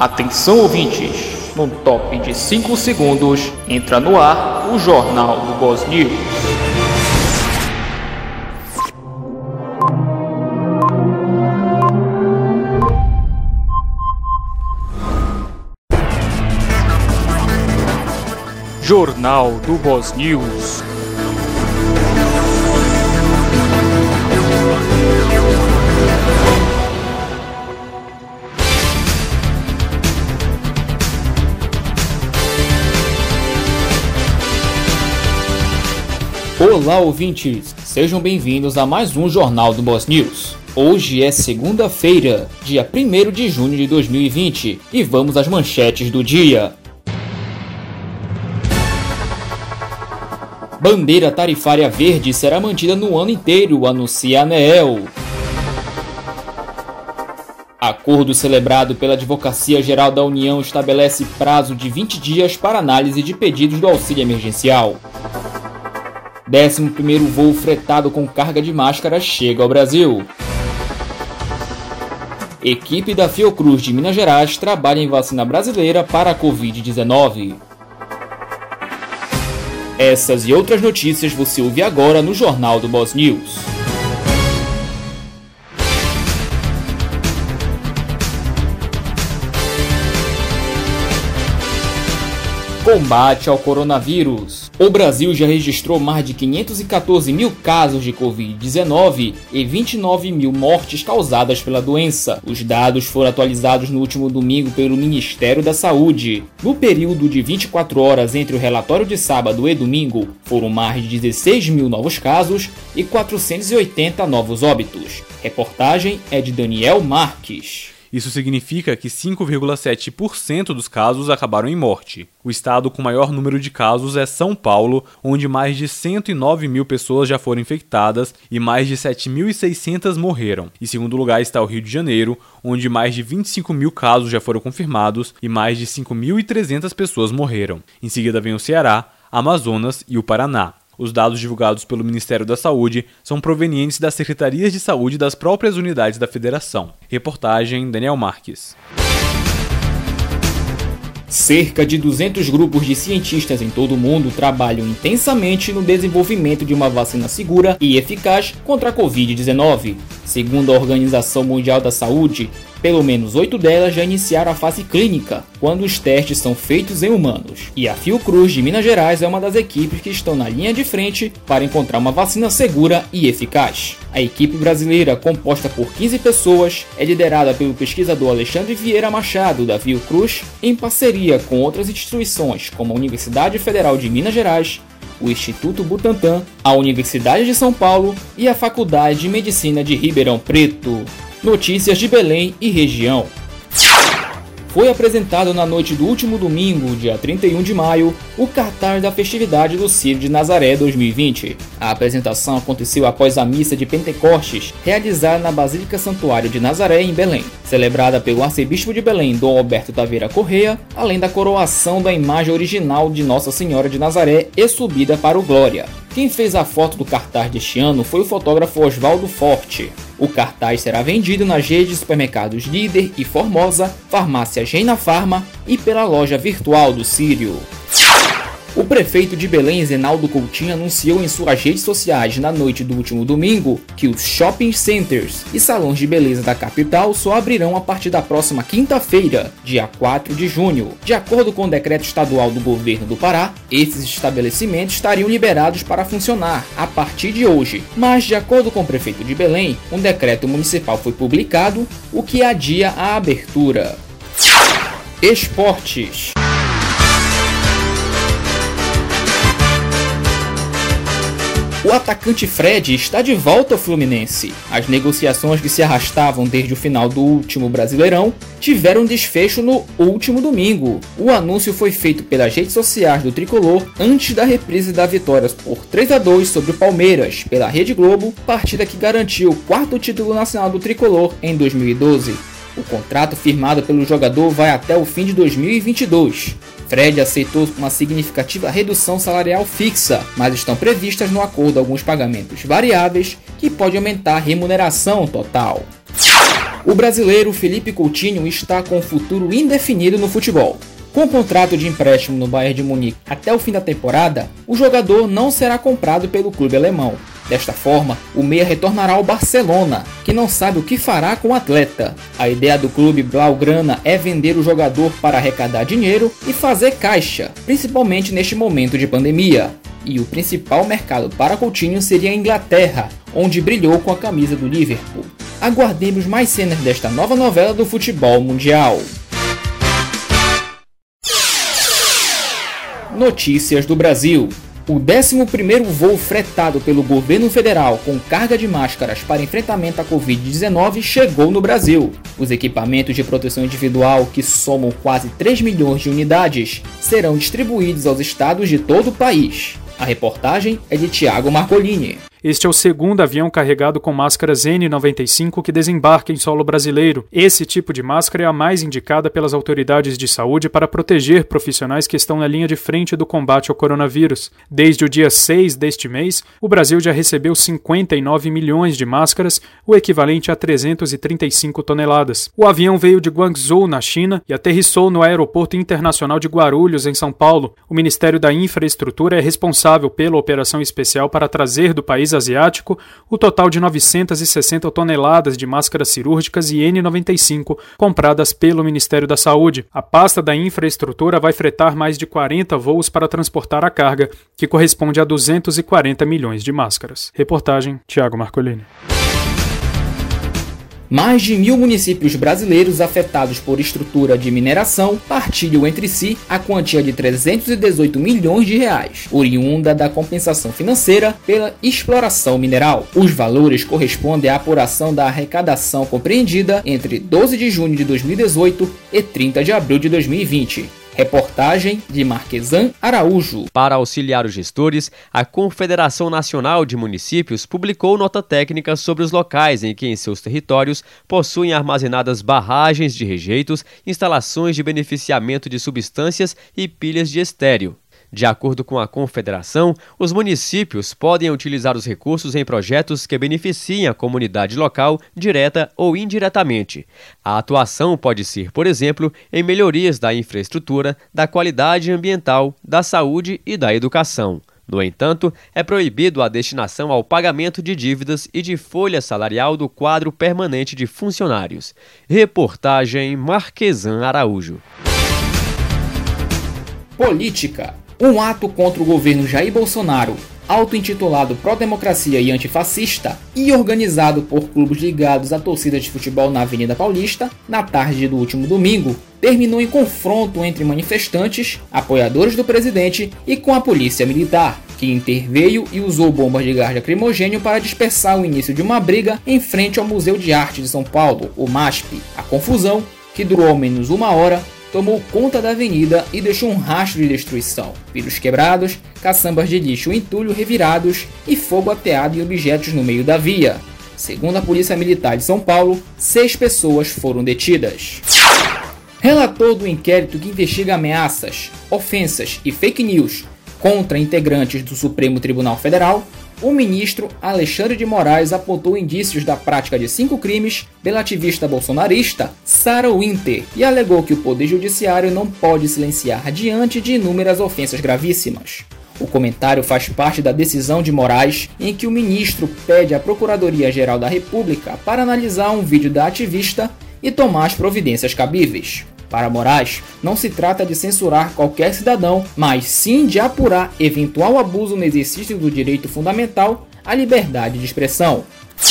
Atenção ouvintes, no top de 5 segundos, entra no ar o Jornal do Boss News. Jornal do Boss News. Olá ouvintes, sejam bem-vindos a mais um Jornal do Boss News. Hoje é segunda-feira, dia 1º de junho de 2020 e vamos às manchetes do dia. Bandeira tarifária verde será mantida no ano inteiro, anuncia a ANEEL. Acordo celebrado pela Advocacia Geral da União estabelece prazo de 20 dias para análise de pedidos do auxílio emergencial. 11º voo fretado com carga de máscaras chega ao Brasil. Equipe da Fiocruz de Minas Gerais trabalha em vacina brasileira para a Covid-19. Essas e outras notícias você ouve agora no Jornal do Boss News. Combate ao coronavírus. O Brasil já registrou mais de 514 mil casos de Covid-19 e 29 mil mortes causadas pela doença. Os dados foram atualizados no último domingo pelo Ministério da Saúde. No período de 24 horas entre o relatório de sábado e domingo, foram mais de 16 mil novos casos e 480 novos óbitos. Reportagem é de Daniel Marques. Isso significa que 5,7% dos casos acabaram em morte. O estado com maior número de casos é São Paulo, onde mais de 109 mil pessoas já foram infectadas e mais de 7.600 morreram. Em segundo lugar está o Rio de Janeiro, onde mais de 25 mil casos já foram confirmados e mais de 5.300 pessoas morreram. Em seguida vem o Ceará, Amazonas e o Paraná. Os dados divulgados pelo Ministério da Saúde são provenientes das secretarias de saúde das próprias unidades da federação. Reportagem Daniel Marques. Cerca de 200 grupos de cientistas em todo o mundo trabalham intensamente no desenvolvimento de uma vacina segura e eficaz contra a Covid-19. Segundo a Organização Mundial da Saúde, pelo menos 8 delas já iniciaram a fase clínica, quando os testes são feitos em humanos. E a Fiocruz de Minas Gerais é uma das equipes que estão na linha de frente para encontrar uma vacina segura e eficaz. A equipe brasileira, composta por 15 pessoas, é liderada pelo pesquisador Alexandre Vieira Machado, da Fiocruz, em parceria com outras instituições como a Universidade Federal de Minas Gerais, o Instituto Butantan, a Universidade de São Paulo e a Faculdade de Medicina de Ribeirão Preto. Notícias de Belém e região. Foi apresentado na noite do último domingo, dia 31 de maio, o cartaz da festividade do Círio de Nazaré 2020. A apresentação aconteceu após a missa de Pentecostes, realizada na Basílica Santuário de Nazaré, em Belém, celebrada pelo arcebispo de Belém, Dom Alberto Taveira Correia, além da coroação da imagem original de Nossa Senhora de Nazaré e subida para o Glória. Quem fez a foto do cartaz deste ano foi o fotógrafo Oswaldo Forte. O cartaz será vendido nas redes de supermercados Líder e Formosa, farmácia Reina Farma e pela loja virtual do Círio. O prefeito de Belém, Zenaldo Coutinho, anunciou em suas redes sociais na noite do último domingo que os shopping centers e salões de beleza da capital só abrirão a partir da próxima quinta-feira, dia 4 de junho. De acordo com o decreto estadual do governo do Pará, esses estabelecimentos estariam liberados para funcionar a partir de hoje. Mas, de acordo com o prefeito de Belém, um decreto municipal foi publicado, o que adia a abertura. Esportes. O atacante Fred está de volta ao Fluminense. As negociações que se arrastavam desde o final do último Brasileirão tiveram desfecho no último domingo. O anúncio foi feito pelas redes sociais do tricolor antes da reprise da vitória por 3-2 sobre o Palmeiras pela Rede Globo, partida que garantiu o 4º título nacional do tricolor em 2012. O contrato firmado pelo jogador vai até o fim de 2022. Fred aceitou uma significativa redução salarial fixa, mas estão previstas no acordo alguns pagamentos variáveis que podem aumentar a remuneração total. O brasileiro Felipe Coutinho está com um futuro indefinido no futebol. Com o contrato de empréstimo no Bayern de Munique até o fim da temporada, o jogador não será comprado pelo clube alemão. Desta forma, o meia retornará ao Barcelona, que não sabe o que fará com o atleta. A ideia do clube blaugrana é vender o jogador para arrecadar dinheiro e fazer caixa, principalmente neste momento de pandemia. E o principal mercado para Coutinho seria a Inglaterra, onde brilhou com a camisa do Liverpool. Aguardemos mais cenas desta nova novela do futebol mundial. Notícias do Brasil. O 11º voo fretado pelo governo federal com carga de máscaras para enfrentamento à Covid-19 chegou no Brasil. Os equipamentos de proteção individual, que somam quase 3 milhões de unidades, serão distribuídos aos estados de todo o país. A reportagem é de Thiago Marcolini. Este é o segundo avião carregado com máscaras N95 que desembarca em solo brasileiro. Esse tipo de máscara é a mais indicada pelas autoridades de saúde para proteger profissionais que estão na linha de frente do combate ao coronavírus. Desde o dia 6 deste mês, o Brasil já recebeu 59 milhões de máscaras, o equivalente a 335 toneladas. O avião veio de Guangzhou, na China, e aterrissou no Aeroporto Internacional de Guarulhos, em São Paulo. O Ministério da Infraestrutura é responsável pela operação especial para trazer do país asiático o total de 960 toneladas de máscaras cirúrgicas e N95 compradas pelo Ministério da Saúde. A pasta da infraestrutura vai fretar mais de 40 voos para transportar a carga, que corresponde a 240 milhões de máscaras. Reportagem Thiago Marcolini. Mais de 1.000 municípios brasileiros afetados por estrutura de mineração partilham entre si a quantia de 318 milhões de reais, oriunda da compensação financeira pela exploração mineral. Os valores correspondem à apuração da arrecadação compreendida entre 12 de junho de 2018 e 30 de abril de 2020. Reportagem de Marquesan Araújo. Para auxiliar os gestores, a Confederação Nacional de Municípios publicou nota técnica sobre os locais em que em seus territórios possuem armazenadas barragens de rejeitos, instalações de beneficiamento de substâncias e pilhas de estéril. De acordo com a Confederação, os municípios podem utilizar os recursos em projetos que beneficiem a comunidade local, direta ou indiretamente. A atuação pode ser, por exemplo, em melhorias da infraestrutura, da qualidade ambiental, da saúde e da educação. No entanto, é proibido a destinação ao pagamento de dívidas e de folha salarial do quadro permanente de funcionários. Reportagem Marquesan Araújo. Política. Um ato contra o governo Jair Bolsonaro, auto-intitulado pró-democracia e antifascista e organizado por clubes ligados à torcida de futebol na Avenida Paulista, na tarde do último domingo, terminou em confronto entre manifestantes, apoiadores do presidente e com a polícia militar, que interveio e usou bombas de gás lacrimogênio para dispersar o início de uma briga em frente ao Museu de Arte de São Paulo, o MASP. A confusão, que durou ao menos uma hora, tomou conta da avenida e deixou um rastro de destruição, vidros quebrados, caçambas de lixo e entulho revirados e fogo ateado em objetos no meio da via. Segundo a Polícia Militar de São Paulo, 6 pessoas foram detidas. Relator do inquérito que investiga ameaças, ofensas e fake news contra integrantes do Supremo Tribunal Federal, o ministro Alexandre de Moraes apontou indícios da prática de 5 crimes pela ativista bolsonarista Sarah Winter e alegou que o Poder Judiciário não pode silenciar diante de inúmeras ofensas gravíssimas. O comentário faz parte da decisão de Moraes, em que o ministro pede à Procuradoria-Geral da República para analisar um vídeo da ativista e tomar as providências cabíveis. Para Moraes, não se trata de censurar qualquer cidadão, mas sim de apurar eventual abuso no exercício do direito fundamental à liberdade de expressão.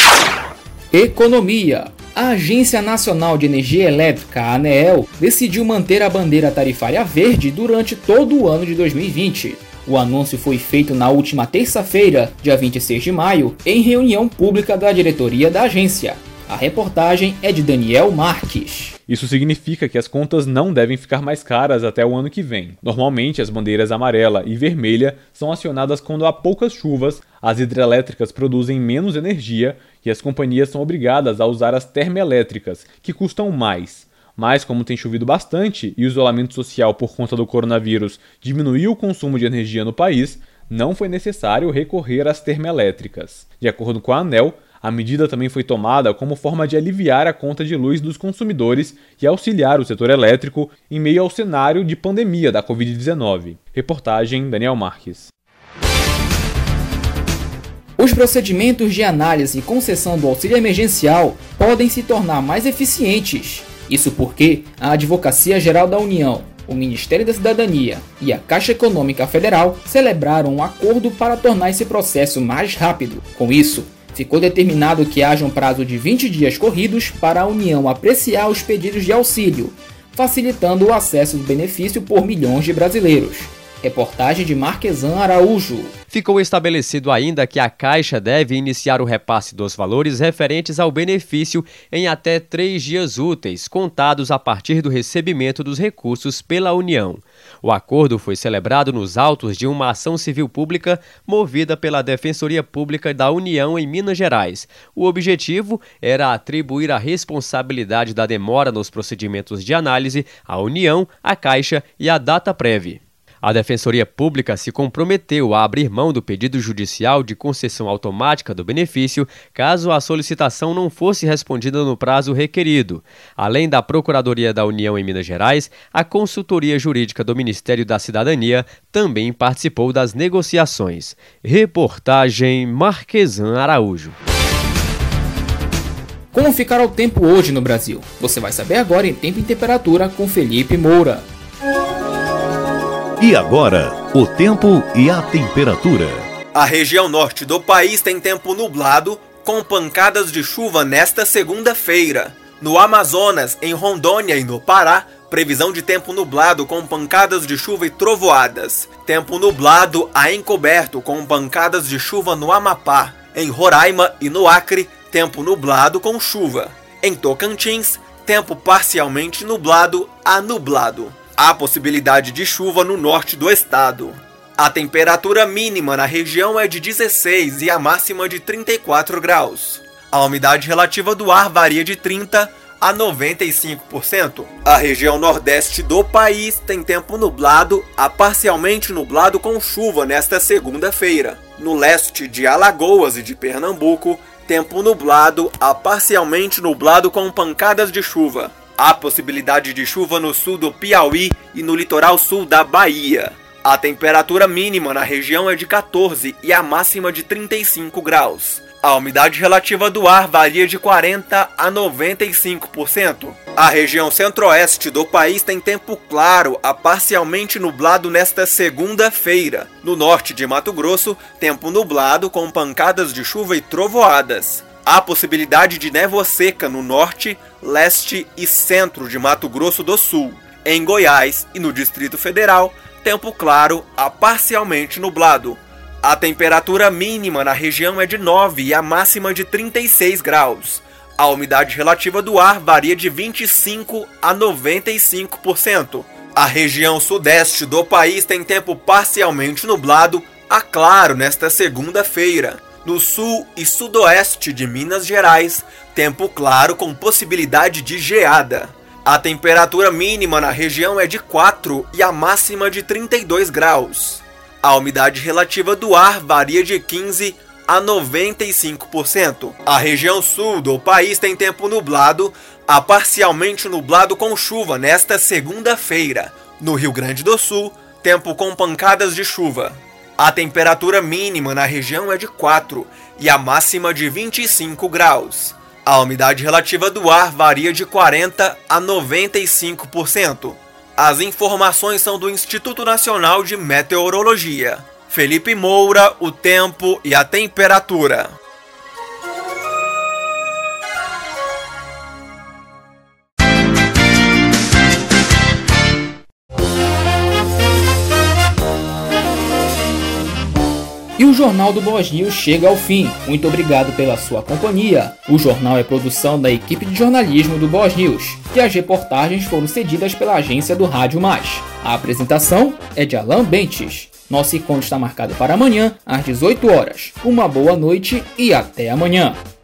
Economia. A Agência Nacional de Energia Elétrica, a ANEEL, decidiu manter a bandeira tarifária verde durante todo o ano de 2020. O anúncio foi feito na última terça-feira, dia 26 de maio, em reunião pública da diretoria da agência. A reportagem é de Daniel Marques. Isso significa que as contas não devem ficar mais caras até o ano que vem. Normalmente, as bandeiras amarela e vermelha são acionadas quando há poucas chuvas, as hidrelétricas produzem menos energia e as companhias são obrigadas a usar as termoelétricas, que custam mais. Mas, como tem chovido bastante e o isolamento social por conta do coronavírus diminuiu o consumo de energia no país, não foi necessário recorrer às termoelétricas. De acordo com a ANEEL, A medida também foi tomada como forma de aliviar a conta de luz dos consumidores e auxiliar o setor elétrico em meio ao cenário de pandemia da Covid-19. Reportagem Daniel Marques. Os procedimentos de análise e concessão do auxílio emergencial podem se tornar mais eficientes. Isso porque a Advocacia Geral da União, o Ministério da Cidadania e a Caixa Econômica Federal celebraram um acordo para tornar esse processo mais rápido. Com isso, ficou determinado que haja um prazo de 20 dias corridos para a União apreciar os pedidos de auxílio, facilitando o acesso do benefício por milhões de brasileiros. Reportagem de Marquesan Araújo. Ficou estabelecido ainda que a Caixa deve iniciar o repasse dos valores referentes ao benefício em até 3 dias úteis, contados a partir do recebimento dos recursos pela União. O acordo foi celebrado nos autos de uma ação civil pública movida pela Defensoria Pública da União em Minas Gerais. O objetivo era atribuir a responsabilidade da demora nos procedimentos de análise à União, à Caixa e à Dataprev. A Defensoria Pública se comprometeu a abrir mão do pedido judicial de concessão automática do benefício caso a solicitação não fosse respondida no prazo requerido. Além da Procuradoria da União em Minas Gerais, a Consultoria Jurídica do Ministério da Cidadania também participou das negociações. Reportagem Marquesan Araújo. Como ficará o tempo hoje no Brasil? Você vai saber agora em Tempo e Temperatura com Felipe Moura. E agora, o tempo e a temperatura. A região norte do país tem tempo nublado, com pancadas de chuva nesta segunda-feira. No Amazonas, em Rondônia e no Pará, previsão de tempo nublado com pancadas de chuva e trovoadas. Tempo nublado a encoberto com pancadas de chuva no Amapá. Em Roraima e no Acre, tempo nublado com chuva. Em Tocantins, tempo parcialmente nublado a nublado. Há possibilidade de chuva no norte do estado. A temperatura mínima na região é de 16 e a máxima de 34 graus. A umidade relativa do ar varia de 30% a 95%. A região nordeste do país tem tempo nublado a parcialmente nublado com chuva nesta segunda-feira. No leste de Alagoas e de Pernambuco, tempo nublado a parcialmente nublado com pancadas de chuva. Há possibilidade de chuva no sul do Piauí e no litoral sul da Bahia. A temperatura mínima na região é de 14 e a máxima de 35 graus. A umidade relativa do ar varia de 40% a 95%. A região centro-oeste do país tem tempo claro a parcialmente nublado nesta segunda-feira. No norte de Mato Grosso, tempo nublado com pancadas de chuva e trovoadas. Há possibilidade de névoa seca no norte, leste e centro de Mato Grosso do Sul. Em Goiás e no Distrito Federal, tempo claro a parcialmente nublado. A temperatura mínima na região é de 9 e a máxima de 36 graus. A umidade relativa do ar varia de 25% a 95%. A região sudeste do país tem tempo parcialmente nublado a claro nesta segunda-feira. No sul e sudoeste de Minas Gerais, tempo claro com possibilidade de geada. A temperatura mínima na região é de 4 e a máxima de 32 graus. A umidade relativa do ar varia de 15% a 95%. A região sul do país tem tempo nublado a parcialmente nublado com chuva nesta segunda-feira. No Rio Grande do Sul, tempo com pancadas de chuva. A temperatura mínima na região é de 4 e a máxima de 25 graus. A umidade relativa do ar varia de 40% a 95%. As informações são do Instituto Nacional de Meteorologia. Felipe Moura, o tempo e a temperatura. E o Jornal do Boas News chega ao fim. Muito obrigado pela sua companhia. O jornal é produção da equipe de jornalismo do Boas News, e as reportagens foram cedidas pela agência do Rádio Mais. A apresentação é de Alan Bentes. Nosso encontro está marcado para amanhã, às 18 horas. Uma boa noite e até amanhã.